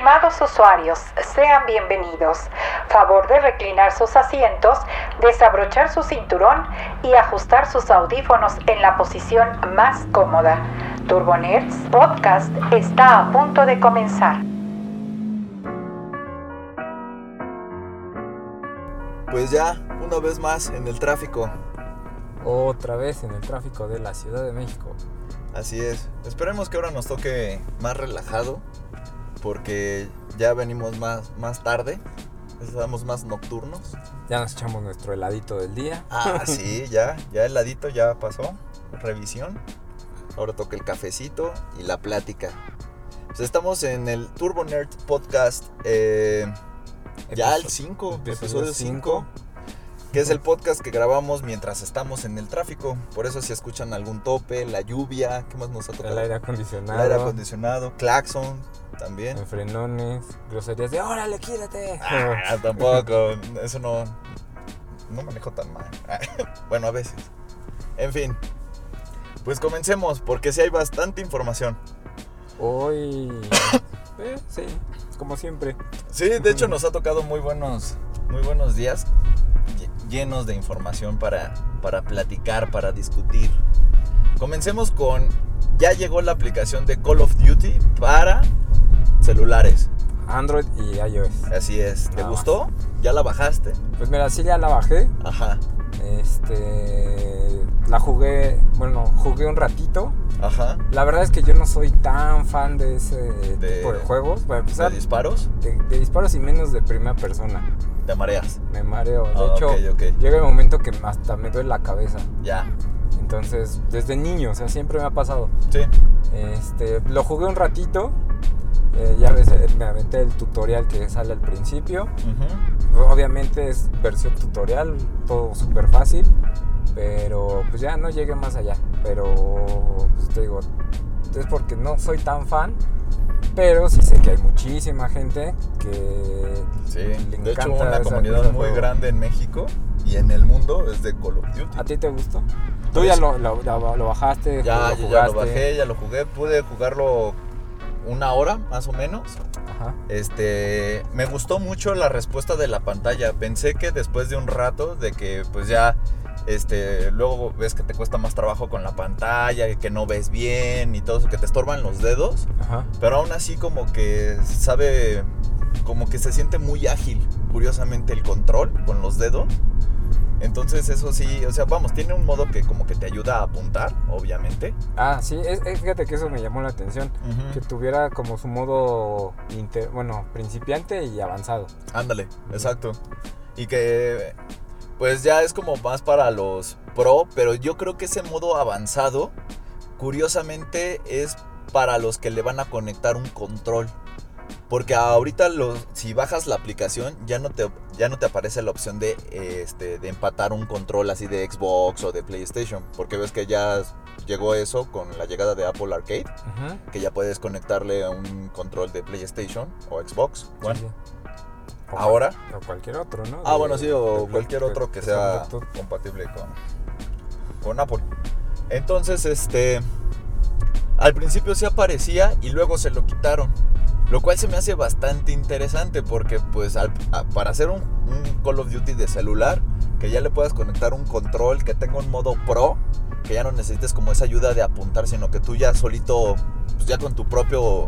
Estimados usuarios, sean bienvenidos. Favor de reclinar sus asientos, desabrochar su cinturón y ajustar sus audífonos en la posición más cómoda. Turbo Nerds Podcast está a punto de comenzar. Pues ya, una vez más en el tráfico. Otra vez en el tráfico de la Ciudad de México. Así es. Esperemos que ahora nos toque más relajado, porque ya venimos más tarde. Estamos más nocturnos. Ya nos echamos nuestro heladito del día. Sí, ya el heladito ya pasó. Revisión. Ahora toca el cafecito y la plática. Pues estamos en el Turbo Nerd Podcast. Ya el 5, episodio 5. Que es el podcast que grabamos mientras estamos en el tráfico. Por eso si escuchan algún tope, la lluvia, ¿qué más nos ha tocado? El aire acondicionado. El aire acondicionado, claxon también. En frenones, groserías de ¡órale, quítate! Tampoco, eso no manejo tan mal. Bueno, a veces. En fin, pues comencemos, porque sí hay bastante información. Hoy, sí, como siempre. Sí, de hecho nos ha tocado muy buenos días, llenos de información para platicar, para discutir. Comencemos con, ya llegó la aplicación de Call of Duty para celulares. Android y iOS. Así es. ¿Te gustó? ¿Ya la bajaste? Pues mira, sí ya la bajé. Ajá. La jugué un ratito. Ajá. La verdad es que yo no soy tan fan de ese tipo de juegos. Para empezar, ¿De disparos? De disparos y menos de primera persona. ¿Te mareas? Me mareo. De hecho, okay. llega el momento que hasta me duele la cabeza. Ya. Entonces, desde niño, o sea, siempre me ha pasado. Sí. Lo jugué un ratito. Ya ves, me aventé el tutorial que sale al principio. Uh-huh. Obviamente es versión tutorial, todo súper fácil. Pero pues ya no llegué más allá. Pero pues te digo, es porque no soy tan fan. Pero sí sé que hay muchísima gente que le encanta. De hecho, una comunidad muy grande en México y en el mundo es de Call of Duty. ¿A ti te gustó? ¿Tú ya lo bajaste? Ya lo bajé, ya lo jugué. Pude jugarlo una hora más o menos. Ajá. Me gustó mucho la respuesta de la pantalla. Pensé que después de un rato de que pues ya luego ves que te cuesta más trabajo con la pantalla, que no ves bien y todo eso, que te estorban los dedos. Ajá. Pero aún así como que como que se siente muy ágil, curiosamente, el control con los dedos. Entonces eso sí, o sea, vamos, tiene un modo que como que te ayuda a apuntar, obviamente. Sí, fíjate que eso me llamó la atención. Uh-huh. Que tuviera como su modo principiante y avanzado. Ándale, exacto. Y que pues ya es como más para los pro, pero yo creo que ese modo avanzado, curiosamente, es para los que le van a conectar un control. Porque ahorita si bajas la aplicación ya no te aparece la opción de empatar un control así de Xbox o de PlayStation, porque ves que ya llegó eso con la llegada de Apple Arcade. Uh-huh. Que ya puedes conectarle a un control de PlayStation o Xbox One. Sí. Ahora o cualquier otro, ¿no? Bueno, sí, o cualquier otro que sea compatible con Apple. Entonces, al principio sí aparecía y luego se lo quitaron. Lo cual se me hace bastante interesante porque pues para hacer un Call of Duty de celular, que ya le puedas conectar un control, que tenga un modo pro, que ya no necesites como esa ayuda de apuntar, sino que tú ya solito, pues ya con tu propio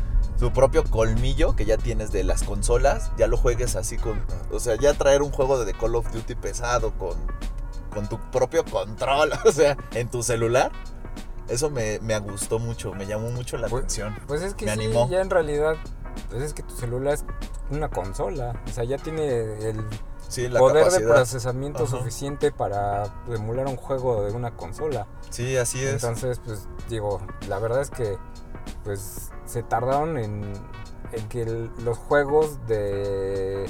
colmillo que ya tienes de las consolas, ya lo juegues así o sea, ya traer un juego de Call of Duty pesado con tu propio control, o sea, en tu celular. Eso me gustó mucho, me llamó mucho la atención. Pues es que me sí, animó. Ya en realidad, pues es que tu celular es una consola. O sea, ya tiene el poder de procesamiento suficiente para emular un juego de una consola. Sí, así es. Entonces, pues digo, la verdad es que pues se tardaron en que los juegos de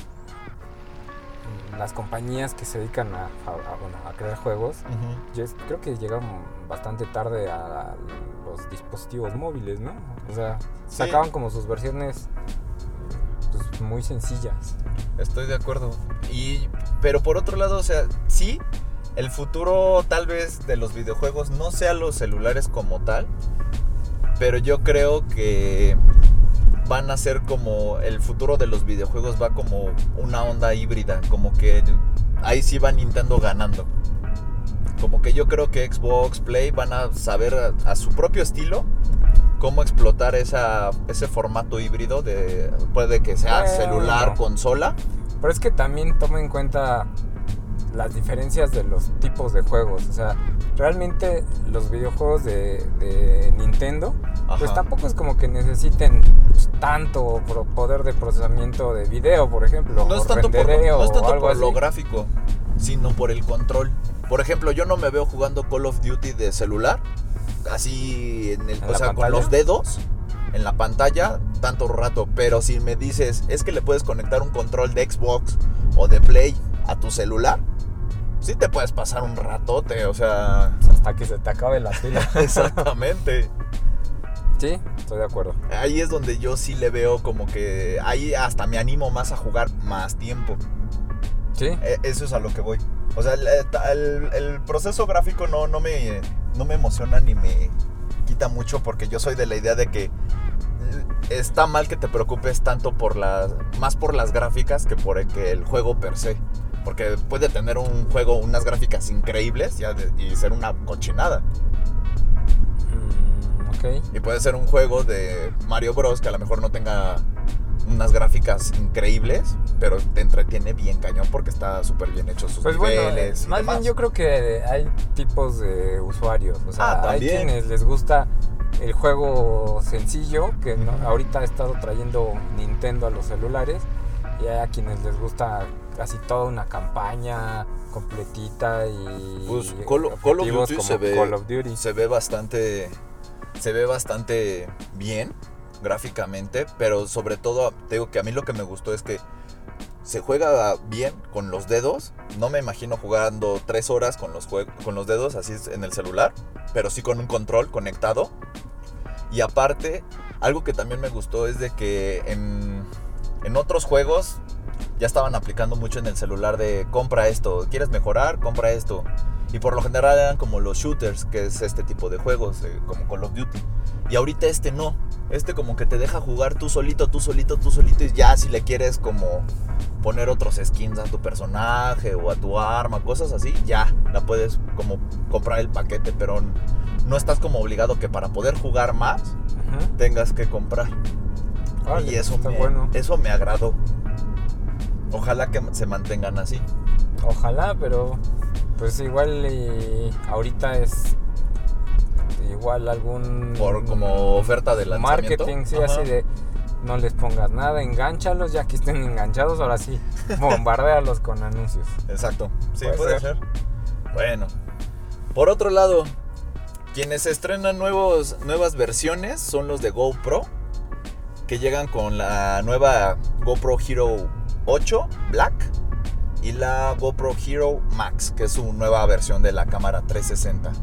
las compañías que se dedican a crear juegos, uh-huh. Yo creo que llegaron bastante tarde a los dispositivos móviles, ¿no? O sea, sacaban como sus versiones pues, muy sencillas. Estoy de acuerdo. Pero por otro lado, o sea, sí, el futuro tal vez de los videojuegos no sea los celulares como tal, pero yo creo que van a ser como el futuro de los videojuegos, va como una onda híbrida, como que ahí sí va Nintendo ganando. Como que yo creo que Xbox, Play van a saber a su propio estilo cómo explotar ese formato híbrido puede que sea celular, consola. Pero es que también toma en cuenta las diferencias de los tipos de juegos. O sea, realmente los videojuegos de Nintendo, pues tampoco es como que necesiten tanto poder de procesamiento de video, por ejemplo. No es tanto por lo gráfico, sino por el control. Por ejemplo, yo no me veo jugando Call of Duty de celular, así con los dedos en la pantalla tanto rato. Pero si me dices, es que le puedes conectar un control de Xbox o de Play a tu celular, sí te puedes pasar un ratote, o sea... hasta que se te acabe la pila. Exactamente. Sí, estoy de acuerdo. Ahí es donde yo sí le veo como que... ahí hasta me animo más a jugar más tiempo. Sí. Eso es a lo que voy. O sea, el proceso gráfico no me emociona ni me quita mucho, porque yo soy de la idea de que está mal que te preocupes tanto más por las gráficas que por el juego per se. Porque puede tener un juego unas gráficas increíbles y ser una cochinada. Okay. Y puede ser un juego de Mario Bros. Que a lo mejor no tenga unas gráficas increíbles, pero te entretiene bien cañón porque está súper bien hecho sus niveles. Más bien yo creo que hay tipos de usuarios. O sea, hay quienes les gusta el juego sencillo, que ahorita ha estado trayendo Nintendo a los celulares, y hay a quienes les gusta casi toda una campaña completita y pues Call of Duty se ve bastante bien gráficamente, pero sobre todo te digo que a mí lo que me gustó es que se juega bien con los dedos. No me imagino jugando 3 horas con los dedos así en el celular, pero sí con un control conectado. Y aparte, algo que también me gustó es de que en otros juegos ya estaban aplicando mucho en el celular de compra esto, ¿quieres mejorar? Compra esto. Y por lo general eran como los shooters, que es este tipo de juegos, como Call of Duty. Y ahorita no. Como que te deja jugar tú solito, y ya si le quieres como poner otros skins a tu personaje o a tu arma, cosas así, ya la puedes como comprar el paquete, pero no estás como obligado que para poder jugar más tengas que comprar. Y eso me agradó. Ojalá que se mantengan así. Ojalá, pero pues igual ahorita es igual algún... por como oferta de lanzamiento. Marketing, sí, así de no les pongas nada, engánchalos, ya que estén enganchados, ahora sí, bombardéalos con anuncios. Exacto, sí, puede ser. Bueno, por otro lado, quienes estrenan nuevas versiones son los de GoPro, que llegan con la nueva GoPro Hero 8 Black y la GoPro Hero Max, que es su nueva versión de la cámara 360.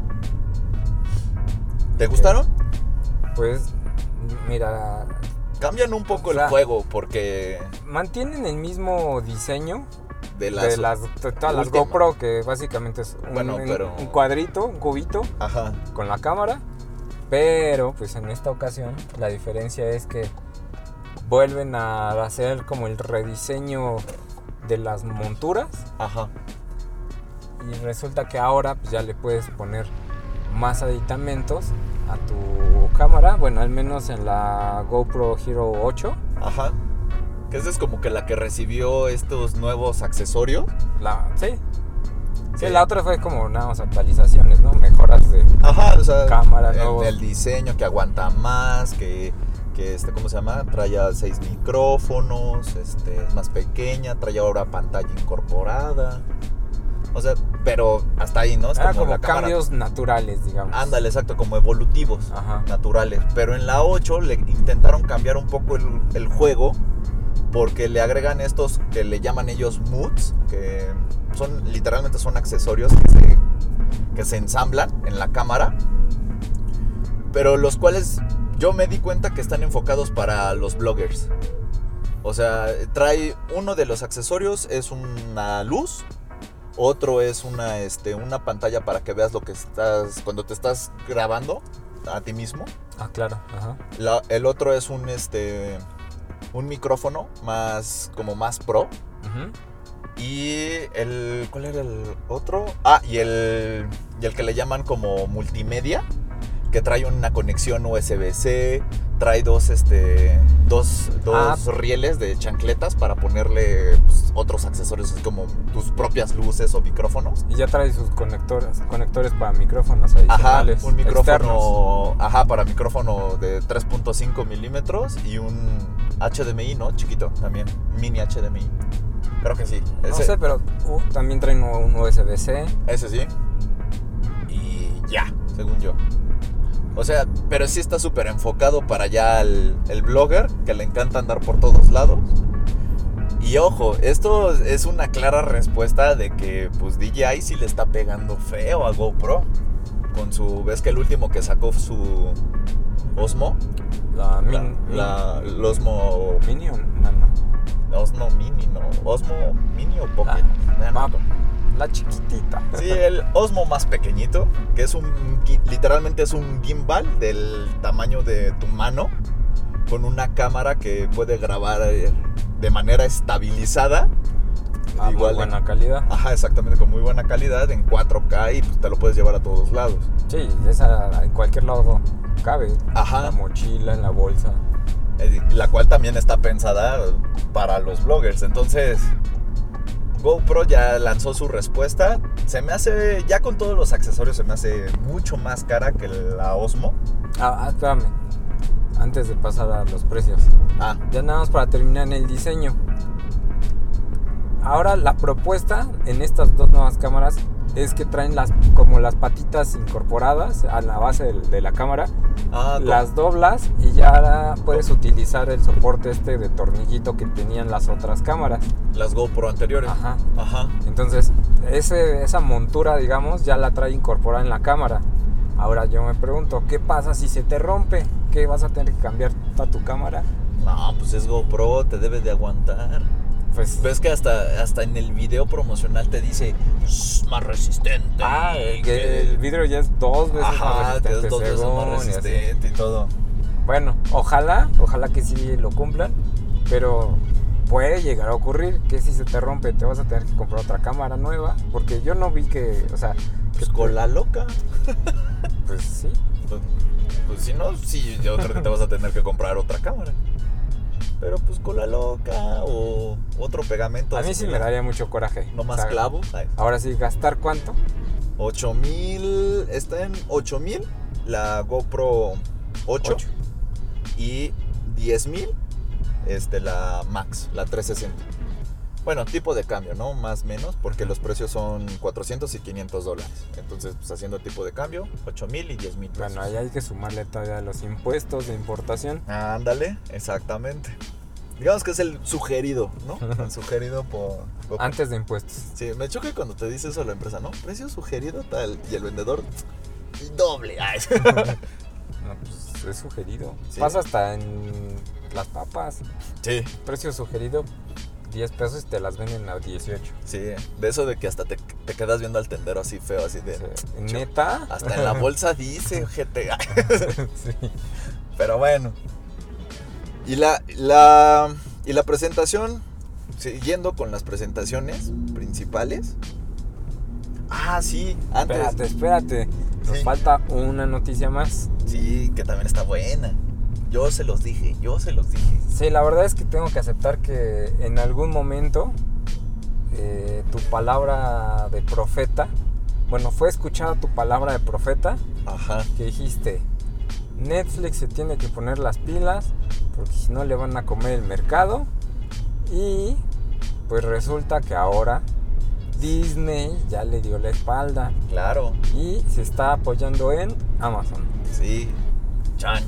¿Te gustaron? Pues, mira... cambian un poco el juego porque... mantienen el mismo diseño de todas las GoPro, que básicamente es un cuadrito, un cubito, con la cámara. Pero, pues en esta ocasión, la diferencia es que vuelven a hacer como el rediseño de las monturas. Y resulta que ahora pues, ya le puedes poner más aditamentos a tu cámara, bueno, al menos en la GoPro Hero 8. Que esa es como que la que recibió estos nuevos accesorios. Sí, la otra fue como unas actualizaciones, ¿no? Mejoras de cámara, el diseño que aguanta más, que ¿cómo se llama? Trae 6 micrófonos, es más pequeña, trae ahora pantalla incorporada. O sea, pero hasta ahí, ¿no? Es como cambios naturales, digamos. Ándale, exacto, como evolutivos, naturales. Pero en la 8 le intentaron cambiar un poco el juego, porque le agregan estos que le llaman ellos moods, que literalmente son accesorios que se ensamblan en la cámara, pero los cuales yo me di cuenta que están enfocados para los bloggers. O sea, trae uno de los accesorios, es una luz. Otro es una pantalla para que veas lo que cuando te estás grabando a ti mismo. Claro. El otro es un micrófono como más pro. Uh-huh. Y ¿cuál era el otro? Y el que le llaman como multimedia, que trae una conexión USB-C, trae dos rieles de chancletas para ponerle pues, otros accesorios, así como tus propias luces o micrófonos. Y ya trae sus conectores para micrófonos adicionales. Un micrófono externos. Para micrófono de 3.5 milímetros y un HDMI, ¿no? Chiquito también, mini HDMI. Creo que sí. No sé, pero también traen un USB-C. Ese sí. Y ya, según yo. O sea, pero sí está súper enfocado para ya el blogger, que le encanta andar por todos lados. Y ojo, esto es una clara respuesta de que pues DJI sí le está pegando feo a GoPro. ¿Ves que el último que sacó su Osmo? El Osmo Mini o no. Osmo Mini, no. Osmo Mini o Pocket. La chiquitita. Sí, el Osmo más pequeñito, que es literalmente es un gimbal del tamaño de tu mano, con una cámara que puede grabar de manera estabilizada. Igual muy buena calidad. Ajá, exactamente, con muy buena calidad en 4K y pues te lo puedes llevar a todos lados. Sí, esa en cualquier lado cabe. Ajá. En la mochila, en la bolsa. La cual también está pensada para los bloggers. Entonces, GoPro ya lanzó su respuesta. Se me hace, ya con todos los accesorios, se me hace mucho más cara que la Osmo. Espérame. Antes de pasar a los precios. Ya nada más para terminar en el diseño. Ahora la propuesta en estas dos nuevas cámaras es que traen las patitas incorporadas a la base de la cámara. Las doblas y ya puedes utilizar el soporte de tornillito que tenían las otras cámaras. Las GoPro anteriores. Ajá. Entonces, esa montura, digamos, ya la trae incorporada en la cámara. Ahora yo me pregunto, ¿qué pasa si se te rompe? ¿Qué vas a tener que cambiar toda tu cámara? No, pues es GoPro, te debe de aguantar. Pues ves que hasta en el video promocional te dice más resistente. Que el vidrio ya es 2 veces más resistente. Es 2 veces más resistente y todo. Bueno, ojalá que sí lo cumplan, pero puede llegar a ocurrir que si se te rompe te vas a tener que comprar otra cámara nueva, porque yo no vi que, o sea... Pues con la loca. Pues sí. Pues si no, sí, yo creo que te vas a tener que comprar otra cámara. Pero pues con la loca o otro pegamento. A mí sí me daría mucho coraje. No más clavo. Ahora sí, ¿gastar cuánto? 8,000. Está en 8,000 la GoPro 8. Y 10,000 la Max, la 360. Bueno, tipo de cambio, ¿no? Más o menos, porque los precios son $400 y $500. Entonces, pues haciendo tipo de cambio, 8,000 y 10,000 pesos. Bueno, ahí hay que sumarle todavía los impuestos de importación. Ándale, exactamente. Digamos que es el sugerido, ¿no? El sugerido por... Antes de impuestos. Sí, me choca cuando te dice eso la empresa, ¿no? Precio sugerido tal, y el vendedor, doble. No, pues es sugerido. ¿Sí? Pasa hasta en las papas. Sí. Precio sugerido, 10 pesos y te las venden a 18. Sí, de eso de que hasta te quedas viendo al tendero así feo, así de... Sí. ¿Neta? Hasta en la bolsa dice, GTA. Sí. Pero bueno. Y la presentación, siguiendo con las presentaciones principales. Sí, antes... Espérate. Nos falta una noticia más. Sí, que también está buena. Yo se los dije. Sí, la verdad es que tengo que aceptar que en algún momento tu palabra de profeta, bueno, fue escuchada tu palabra de profeta. Ajá. Que dijiste, Netflix se tiene que poner las pilas porque si no le van a comer el mercado. Y pues resulta que ahora Disney ya le dio la espalda. Claro. Y se está apoyando en Amazon. Sí. Chan.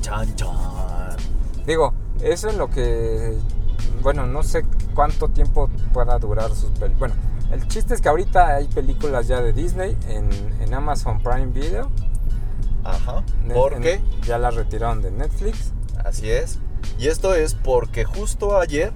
Digo, eso es lo que... Bueno, no sé cuánto tiempo pueda durar sus películas. Bueno, el chiste es que ahorita hay películas ya de Disney en Amazon Prime Video. Ajá. ¿Por qué? Ya las retiraron de Netflix. Así es. Y esto es porque justo ayer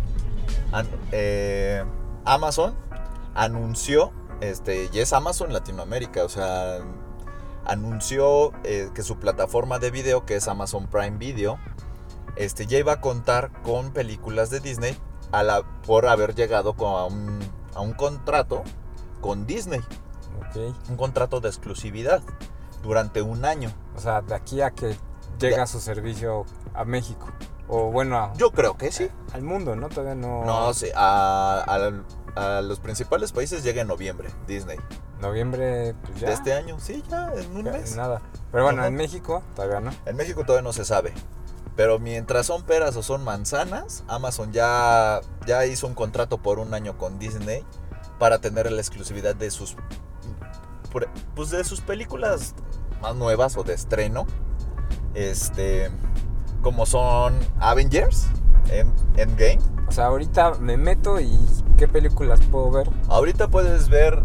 Amazon anunció, y es Amazon Latinoamérica, o sea, anunció que su plataforma de video, que es Amazon Prime Video, ya iba a contar con películas de Disney por haber llegado a un contrato con Disney. Ok. Un contrato de exclusividad durante un año. O sea, de aquí a que llega su servicio a México. O bueno, yo creo que sí. Al mundo, ¿no? Todavía no. No, sí, a los principales países llega en noviembre, Disney. Noviembre, pues ya. De este año, sí, ya, en un mes. Nada. Pero bueno, Ajá. en México todavía no. En México todavía no se sabe. Pero mientras son peras o son manzanas, Amazon ya hizo un contrato por un año con Disney para tener la exclusividad de sus películas más nuevas o de estreno. Como son Avengers, Endgame. O sea, ahorita me meto y ¿qué películas puedo ver? Ahorita puedes ver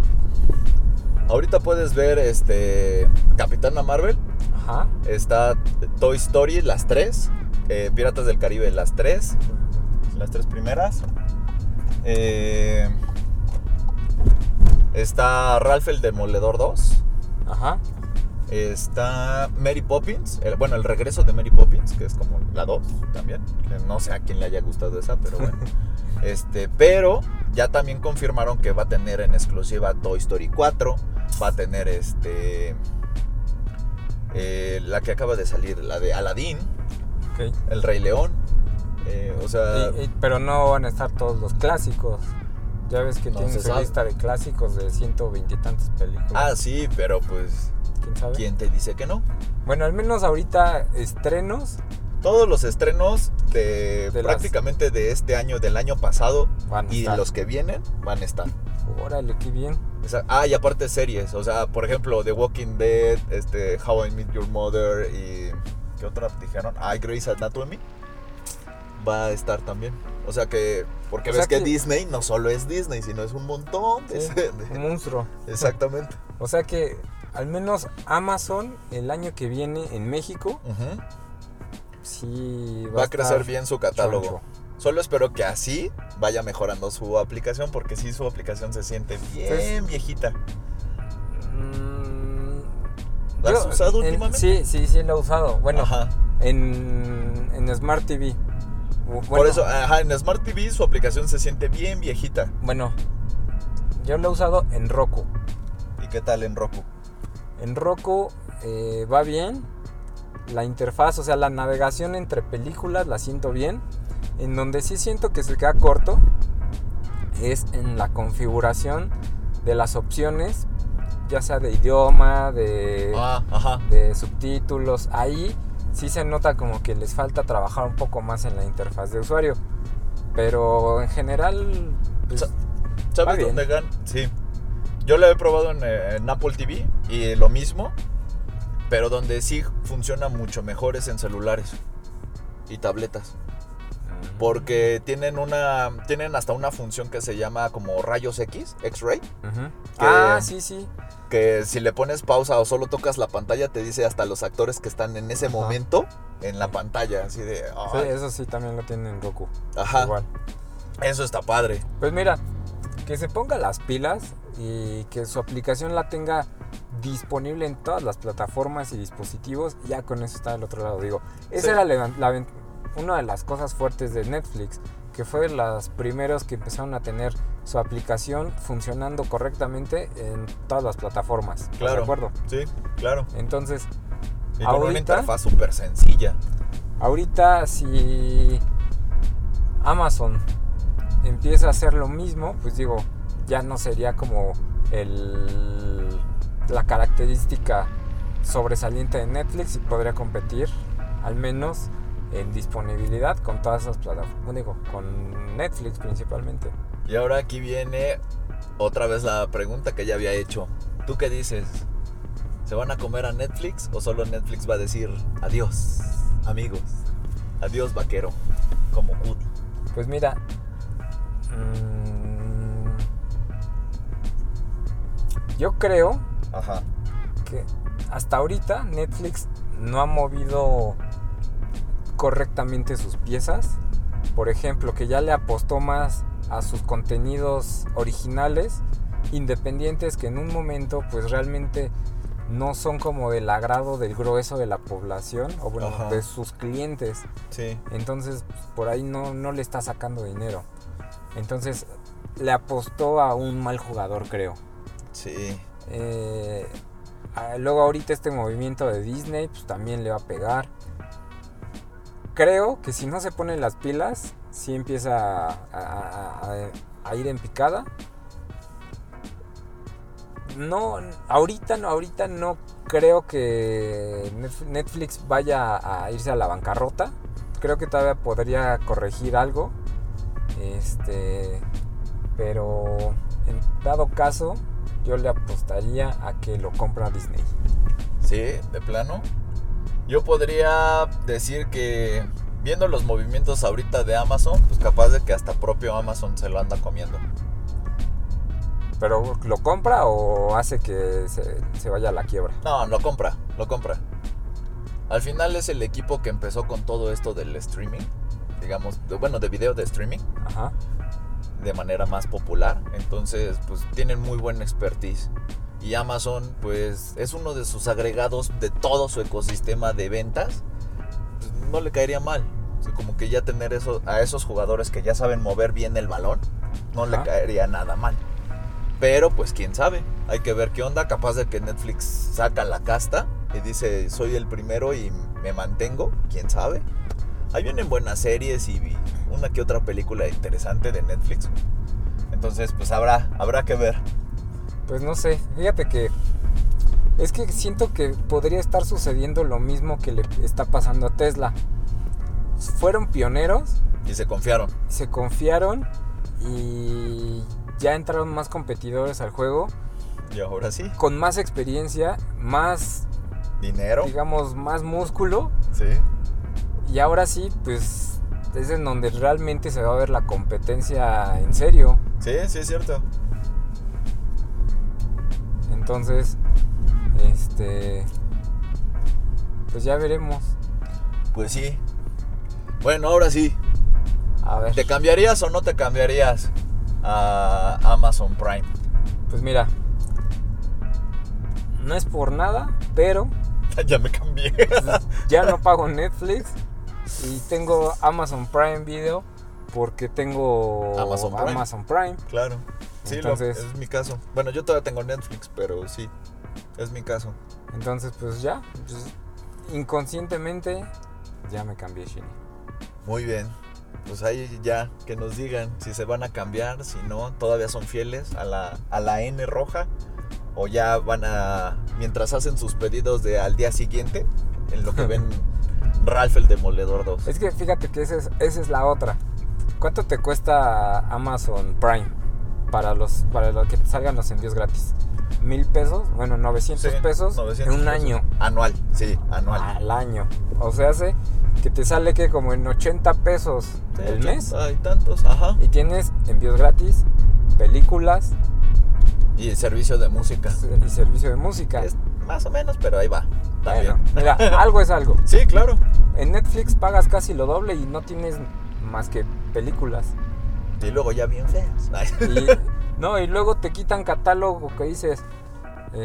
Capitana Marvel. Ajá. Está Toy Story, las 3. Piratas del Caribe, las 3 primeras. Está Ralph el Demoledor 2. Ajá. Está Mary Poppins, el regreso de Mary Poppins, que es como la 2 también, que no sé a quién le haya gustado esa, pero bueno. Pero ya también confirmaron que va a tener en exclusiva Toy Story 4, va a tener la que acaba de salir, la de Aladdin, okay. El Rey León, pero no van a estar todos los clásicos. Ya ves que tienen su lista de clásicos de 120 y tantas películas. Ah, sí, pero pues ¿quién sabe? ¿Quién te dice que no? Bueno, al menos ahorita estrenos. Todos los estrenos de prácticamente de este año, del año pasado y los que vienen van a estar. Órale, qué bien. Y aparte series, o sea, por ejemplo, The Walking Dead, How I Met Your Mother y ¿qué otra dijeron? Grey's Anatomy va a estar también. O sea que, porque ves que Disney no solo es Disney, sino es un montón de un monstruo. Exactamente. O sea que al menos Amazon el año que viene en México sí va a crecer bien su catálogo. Choncho. Solo espero que así vaya mejorando su aplicación, porque sí, su aplicación se siente bien viejita. ¿La has usado últimamente? Sí, la he usado. Bueno, en Smart TV. Por eso, en Smart TV su aplicación se siente bien viejita. Bueno, yo lo he usado en Roku. ¿Y qué tal en Roku? En Roku va bien. La interfaz, o sea, la navegación entre películas la siento bien. En donde sí siento que se queda corto es en la configuración de las opciones, ya sea de idioma, de subtítulos. Ahí sí se nota como que les falta trabajar un poco más en la interfaz de usuario. Pero en general, pues, ¿sabes dónde ganan? Sí. Yo lo he probado en Apple TV y lo mismo, pero donde sí funciona mucho mejor es en celulares y tabletas. Porque tienen hasta una función que se llama como rayos X, X-Ray. Sí. Que si le pones pausa o solo tocas la pantalla, te dice hasta los actores que están en ese momento en la pantalla, así de... Sí, eso sí también lo tienen en Roku. Igual. Eso está padre. Pues mira, que se ponga las pilas y que su aplicación la tenga disponible en todas las plataformas y dispositivos, ya con eso está del otro lado. Digo, esa era una de las cosas fuertes de Netflix, que fue los primeros que empezaron a tener su aplicación funcionando correctamente en todas las plataformas. Claro. ¿De acuerdo? Sí, claro. Entonces, y con una interfaz súper sencilla. Ahorita, si Amazon empieza a hacer lo mismo, pues digo, ya no sería como la característica sobresaliente de Netflix y podría competir, al menos en disponibilidad con todas esas plataformas, digo, con Netflix principalmente. Y ahora aquí viene otra vez la pregunta que ya había hecho. ¿Tú qué dices? ¿Se van a comer a Netflix o solo Netflix va a decir adiós, amigos? Adiós, vaquero, como Woody. Pues mira, yo creo que hasta ahorita Netflix no ha movido correctamente sus piezas. Por ejemplo, que ya le apostó más a sus contenidos originales, independientes, que en un momento pues realmente no son como del agrado del grueso de la población, o bueno, Ajá. de sus clientes. Sí. Entonces, pues, por ahí no le está sacando dinero. Entonces, le apostó a un mal jugador, creo. Sí. Luego ahorita este movimiento de Disney, pues también le va a pegar. Creo que si no se ponen las pilas, sí empieza a ir en picada. Ahorita no creo que Netflix vaya a irse a la bancarrota. Creo que todavía podría corregir algo. Pero en dado caso, yo le apostaría a que lo compra Disney. Sí, de plano. Yo podría decir que viendo los movimientos ahorita de Amazon, pues capaz de que hasta propio Amazon se lo anda comiendo. ¿Pero lo compra o hace que se vaya a la quiebra? No, lo compra. Al final es el equipo que empezó con todo esto del streaming, digamos, de video de streaming. Ajá. De manera más popular. Entonces, pues tienen muy buen expertise. Y Amazon, pues, es uno de sus agregados de todo su ecosistema de ventas. Pues, no le caería mal. O sea, como que ya tener a esos jugadores que ya saben mover bien el balón, no le caería nada mal. Pero, pues, quién sabe. Hay que ver qué onda. Capaz de que Netflix saca la casta y dice, soy el primero y me mantengo. Quién sabe. Ahí vienen buenas series y una que otra película interesante de Netflix. Entonces, pues habrá que ver. Pues no sé, fíjate que es que siento que podría estar sucediendo lo mismo que le está pasando a Tesla. Fueron pioneros. Y se confiaron. Y ya entraron más competidores al juego. Y ahora sí. Con más experiencia, más dinero. Digamos, más músculo. Sí. Y ahora sí, pues es en donde realmente se va a ver la competencia en serio. Sí, sí es cierto. Entonces, pues ya veremos. Pues sí. Bueno, ahora sí. A ver. ¿Te cambiarías o no te cambiarías a Amazon Prime? Pues mira, no es por nada, pero ya me cambié. Ya no pago Netflix y tengo Amazon Prime Video porque tengo Amazon Prime. Claro. Sí, entonces, es mi caso. Bueno, yo todavía tengo Netflix, pero sí, es mi caso. Entonces, pues ya, inconscientemente ya me cambié, Shini. Muy bien. Pues ahí ya que nos digan si se van a cambiar, si no, todavía son fieles a la N roja o ya van a, mientras hacen sus pedidos de al día siguiente, en lo que ven Ralph el Demoledor 2. Es que fíjate que esa es la otra. ¿Cuánto te cuesta Amazon Prime para lo que te salgan los envíos gratis? $1,000, bueno, 900 pesos 900 en un pesos. año. Anual, sí, anual. Al año. O sea, hace que te sale que como en 80 pesos sí, el mes. Hay tantos, ajá. Y tienes envíos gratis, películas. Y servicio de música. Y servicio de música. Es más o menos, pero ahí va. También. Bueno, mira, algo es algo. Sí, claro. En Netflix pagas casi lo doble y no tienes más que películas. Y luego ya bien feas. Y luego te quitan catálogo que dices, o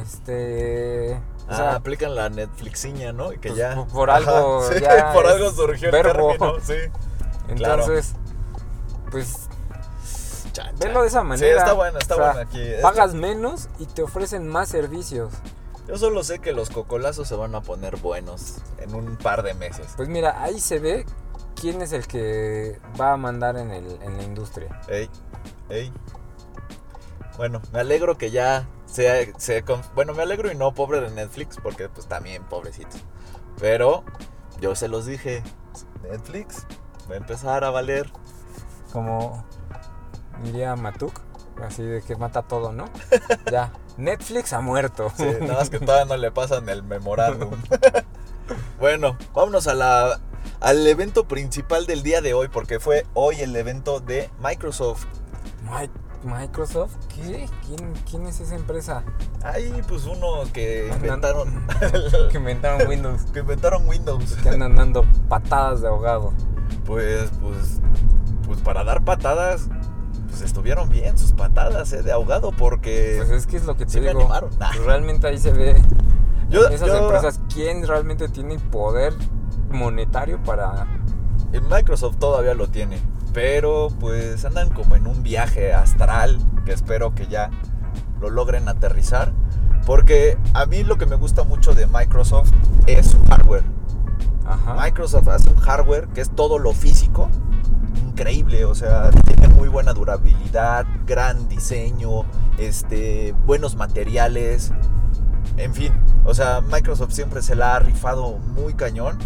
sea, aplican la Netflixiña, ¿no? Y que pues, ya por algo sí, ya por algo surgió verbo. el término, sí. Entonces, claro. Pues velo de esa manera. Sí, está bueno aquí. Pagas menos y te ofrecen más servicios. Yo solo sé que los cocolazos se van a poner buenos en un par de meses. Pues mira, ahí se ve quién es el que va a mandar en la industria. Ey. Bueno, me alegro que ya bueno, me alegro y no, pobre de Netflix, porque pues también pobrecitos. Pero yo se los dije, Netflix va a empezar a valer. Como diría Matuk, así de que mata todo, ¿no? Ya, Netflix ha muerto. Sí, nada más que todavía no le pasan el memorándum. Bueno, vámonos al evento principal del día de hoy, porque fue hoy el evento de Microsoft. ¿Microsoft? ¿Qué? ¿Quién es esa empresa? Ay, pues uno que inventaron... que inventaron Windows. Que inventaron Windows. Que andan dando patadas de ahogado. Pues para dar patadas, pues estuvieron bien sus patadas de ahogado, porque... Pues es que es lo que te digo. Me animaron. Realmente ahí se ve Esas empresas, ¿quién realmente tiene poder monetario para...? Microsoft todavía lo tiene, pero pues andan como en un viaje astral que espero que ya lo logren aterrizar, porque a mí lo que me gusta mucho de Microsoft es su hardware. Ajá. Microsoft hace un hardware que es todo lo físico, increíble, o sea, tiene muy buena durabilidad, gran diseño, buenos materiales, en fin, o sea, Microsoft siempre se la ha rifado muy cañón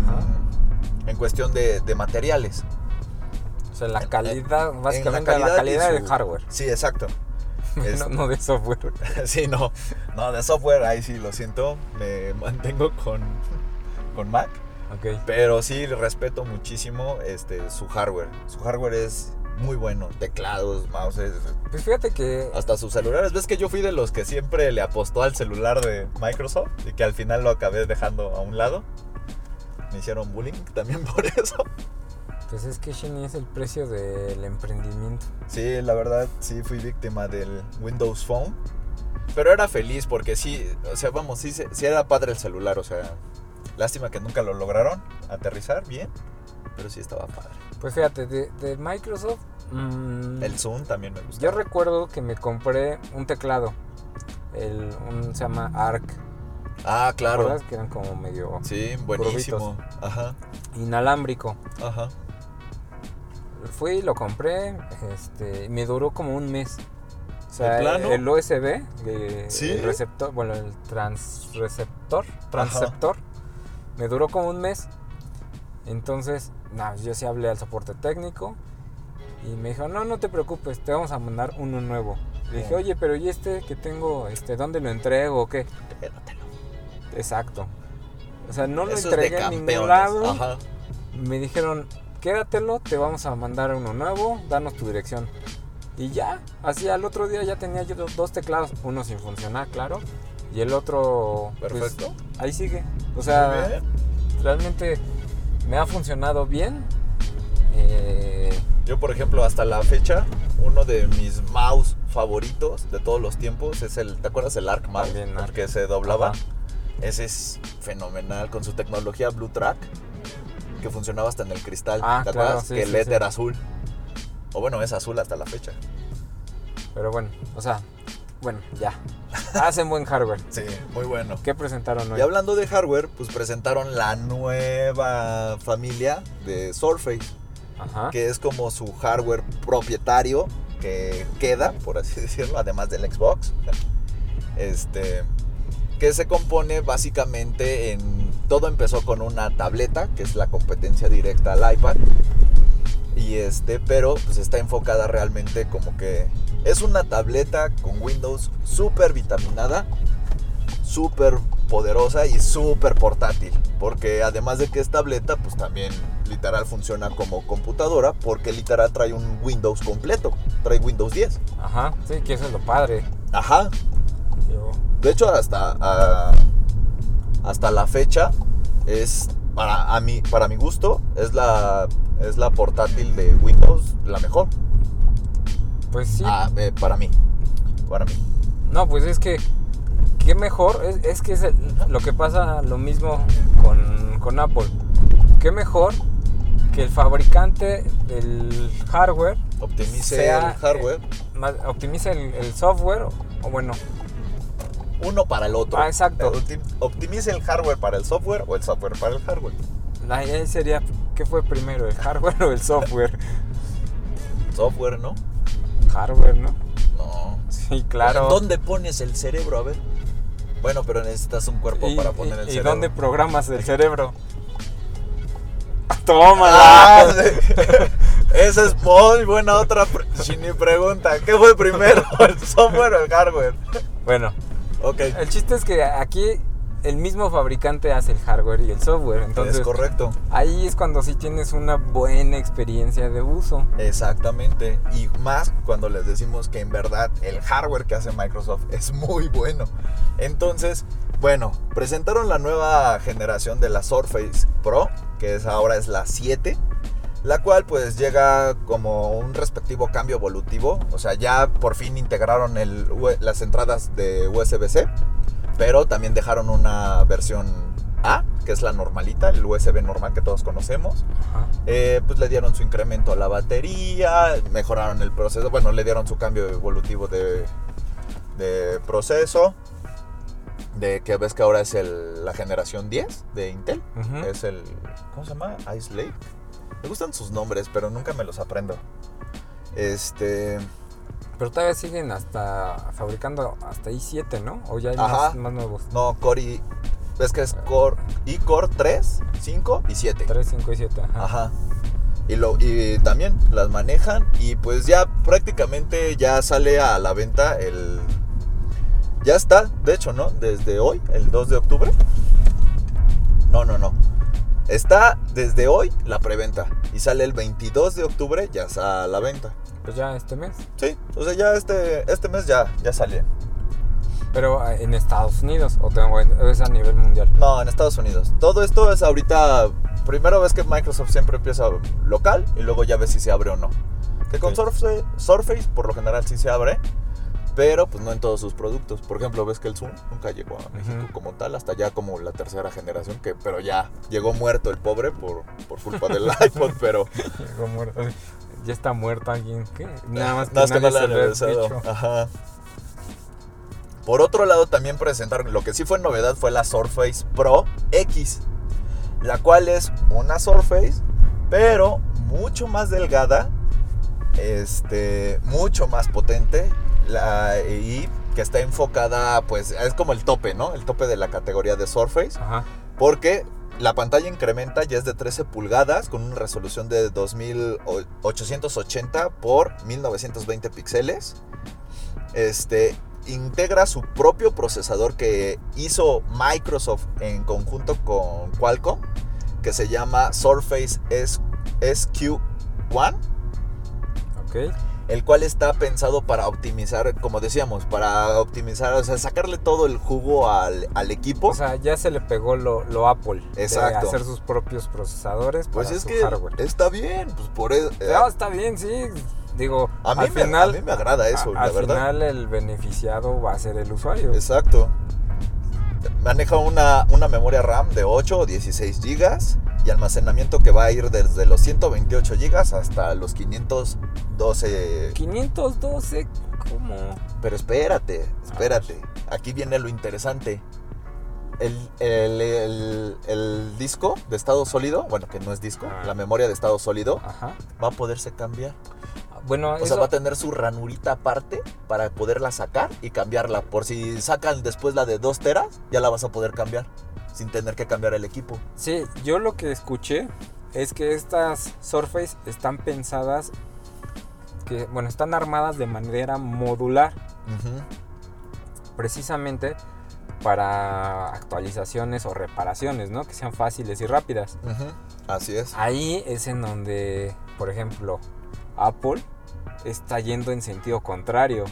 en cuestión de materiales. O sea, la calidad, básicamente la calidad del hardware. Sí, exacto. No de software. Sí, no, de software, ahí sí, lo siento, me mantengo con Mac. Okay. Pero sí respeto muchísimo su hardware. Su hardware es muy bueno, teclados, mouses. Pues fíjate que... Hasta sus celulares. ¿Ves que yo fui de los que siempre le apostó al celular de Microsoft y que al final lo acabé dejando a un lado? Me hicieron bullying también por eso. Pues es que Shinny es el precio del emprendimiento. Sí, la verdad sí fui víctima del Windows Phone. Pero era feliz porque sí, o sea, vamos, sí era padre el celular, o sea... Lástima que nunca lo lograron aterrizar bien, pero sí estaba padre. Pues fíjate, de Microsoft... el Zoom también me gustó. Yo recuerdo que me compré un teclado, se llama Arc. Ah, claro. ¿Te acuerdas? Que eran como medio... Sí, buenísimo. Curvitos. Ajá. Inalámbrico. Ajá. Fui, lo compré, me duró como un mes. O sea, el USB, ¿sí? El receptor, bueno, el transceptor, me duró como un mes. Entonces, yo sí hablé al soporte técnico y me dijo, no te preocupes, te vamos a mandar uno nuevo. Le dije, oye, pero ¿y que tengo, dónde lo entrego o qué? Quédatelo. Exacto. O sea, no lo Eso entregué es de en ningún lado. Ajá. Me dijeron, quédatelo, te vamos a mandar uno nuevo, danos tu dirección. Y ya, así al otro día ya tenía yo 2 teclados, uno sin funcionar, claro, y el otro, perfecto. Pues, ahí sigue. O sea, realmente me ha funcionado bien. Yo, por ejemplo, hasta la fecha, uno de mis mouse favoritos de todos los tiempos es ¿te acuerdas el Arc Mouse? También, el que se doblaba. Ajá. Ese es fenomenal, con su tecnología Blue Track, que funcionaba hasta en el cristal. ¿Te acuerdas? Claro, sí, que el sí, LED sí. era azul. O bueno, es azul hasta la fecha. Pero bueno, o sea, ya. Hacen buen hardware. Sí, muy bueno. ¿Qué presentaron hoy? Y hablando de hardware, pues presentaron la nueva familia de Surface. Ajá. Que es como su hardware propietario que queda, por así decirlo, además del Xbox. Que se compone básicamente todo empezó con una tableta, que es la competencia directa al iPad. Y pero pues está enfocada realmente como que es una tableta con Windows súper vitaminada, súper poderosa y súper portátil. Porque además de que es tableta, pues también literal funciona como computadora, porque literal trae un Windows completo, trae Windows 10. Ajá, sí, que eso es lo padre. Ajá. De hecho, hasta la fecha es para mi gusto es la portátil de Windows la mejor. Pues sí. Para mí. No, pues es que qué mejor, es que es lo que pasa lo mismo con Apple. Qué mejor que el fabricante del hardware optimice el hardware, optimice el software, o bueno, uno para el otro. Exacto. Optimice el hardware para el software o el software para el hardware. Ahí sería, ¿qué fue primero, el hardware o el software? Software, ¿no? Hardware, ¿no? No. Sí, claro. ¿Dónde pones el cerebro? A ver. Bueno, pero necesitas un cuerpo para poner el cerebro. ¿Y dónde programas el cerebro? ¡Tómala! Esa es muy buena otra pregunta. ¿Qué fue primero, el software o el hardware? Bueno, okay. El chiste es que aquí el mismo fabricante hace el hardware y el software. Entonces, es correcto. Ahí es cuando sí tienes una buena experiencia de uso. Exactamente. Y más cuando les decimos que en verdad el hardware que hace Microsoft es muy bueno. Entonces, bueno, presentaron la nueva generación de la Surface Pro, que ahora es la 7, la cual pues llega como un respectivo cambio evolutivo. O sea, ya por fin integraron las entradas de USB-C, pero también dejaron una versión A, que es la normalita, el USB normal que todos conocemos. Pues le dieron su incremento a la batería, mejoraron el proceso, bueno, le dieron su cambio evolutivo de proceso, de que ves que ahora es la generación 10 de Intel. Es el, ¿cómo se llama? Ice Lake. Me gustan sus nombres, pero nunca me los aprendo. Pero todavía siguen fabricando hasta i7, ¿no? O ya hay más nuevos. No, Core ves que es Core i-Core 3, 5 y 7. 3, 5 y 7, ajá. Y también las manejan y pues ya prácticamente ya sale a la venta ya está, de hecho, ¿no? Desde hoy, el 2 de octubre. No. Está desde hoy la preventa y sale el 22 de octubre ya está a la venta. Pues ya este mes. Sí, o sea, ya este mes ya sale. Pero en Estados Unidos o es a nivel mundial. No, en Estados Unidos. Todo esto es ahorita. Primero ves que Microsoft siempre empieza local y luego ya ves si se abre o no. Que con Surface por lo general sí se abre, pero pues no en todos sus productos. Por ejemplo, ves que el Zoom nunca llegó a México como tal, hasta ya como la tercera generación, pero ya llegó muerto el pobre por culpa del iPod, pero... Llegó muerto. Ya está muerto alguien, ¿qué? Nada más que no le han regresado. Ajá. Por otro lado, también presentaron, lo que sí fue novedad fue la Surface Pro X, la cual es una Surface, pero mucho más delgada, mucho más potente, y que está enfocada, pues, es como el tope, ¿no? El tope de la categoría de Surface, porque la pantalla incrementa, ya es de 13 pulgadas, con una resolución de 2880 por 1920 píxeles, integra su propio procesador que hizo Microsoft en conjunto con Qualcomm, que se llama Surface SQ1, el cual está pensado para optimizar, como decíamos, o sea, sacarle todo el jugo al equipo. O sea, ya se le pegó lo Apple. Exacto. De hacer sus propios procesadores pues para es su que hardware. Está bien, pues por eso. No, está bien, sí. Digo, a mí me agrada eso, la verdad. Al final el beneficiado va a ser el usuario. Exacto. Maneja una memoria RAM de 8 o 16 GB y almacenamiento que va a ir desde los 128 GB hasta los 512. ¿512? ¿Cómo? Pero espérate. Aquí viene lo interesante. El disco de estado sólido, bueno, que no es disco, la memoria de estado sólido, va a poderse cambiar. Bueno, o sea, va a tener su ranurita aparte para poderla sacar y cambiarla. Por si sacan después la de 2 teras, ya la vas a poder cambiar sin tener que cambiar el equipo. Sí, yo lo que escuché es que estas Surface están pensadas, están armadas de manera modular. Precisamente para actualizaciones o reparaciones, ¿no? Que sean fáciles y rápidas. Así es. Ahí es en donde, por ejemplo, Apple está yendo en sentido contrario.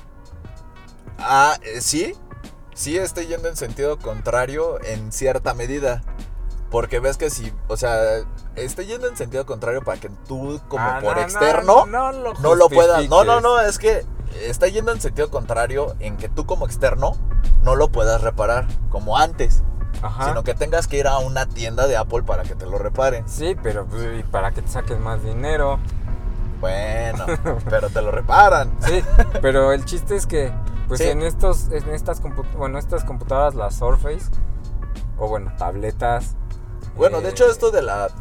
Sí está yendo en sentido contrario en cierta medida. Porque ves que está yendo en sentido contrario para que tú externo no lo puedas. No, es que está yendo en sentido contrario en que tú como externo no lo puedas reparar como antes. Sino que tengas que ir a una tienda de Apple para que te lo reparen. Sí, pero ¿y para que te saques más dinero? Bueno, pero te lo reparan. Sí, pero el chiste es que estas computadoras, las Surface, o tabletas. De hecho esto de la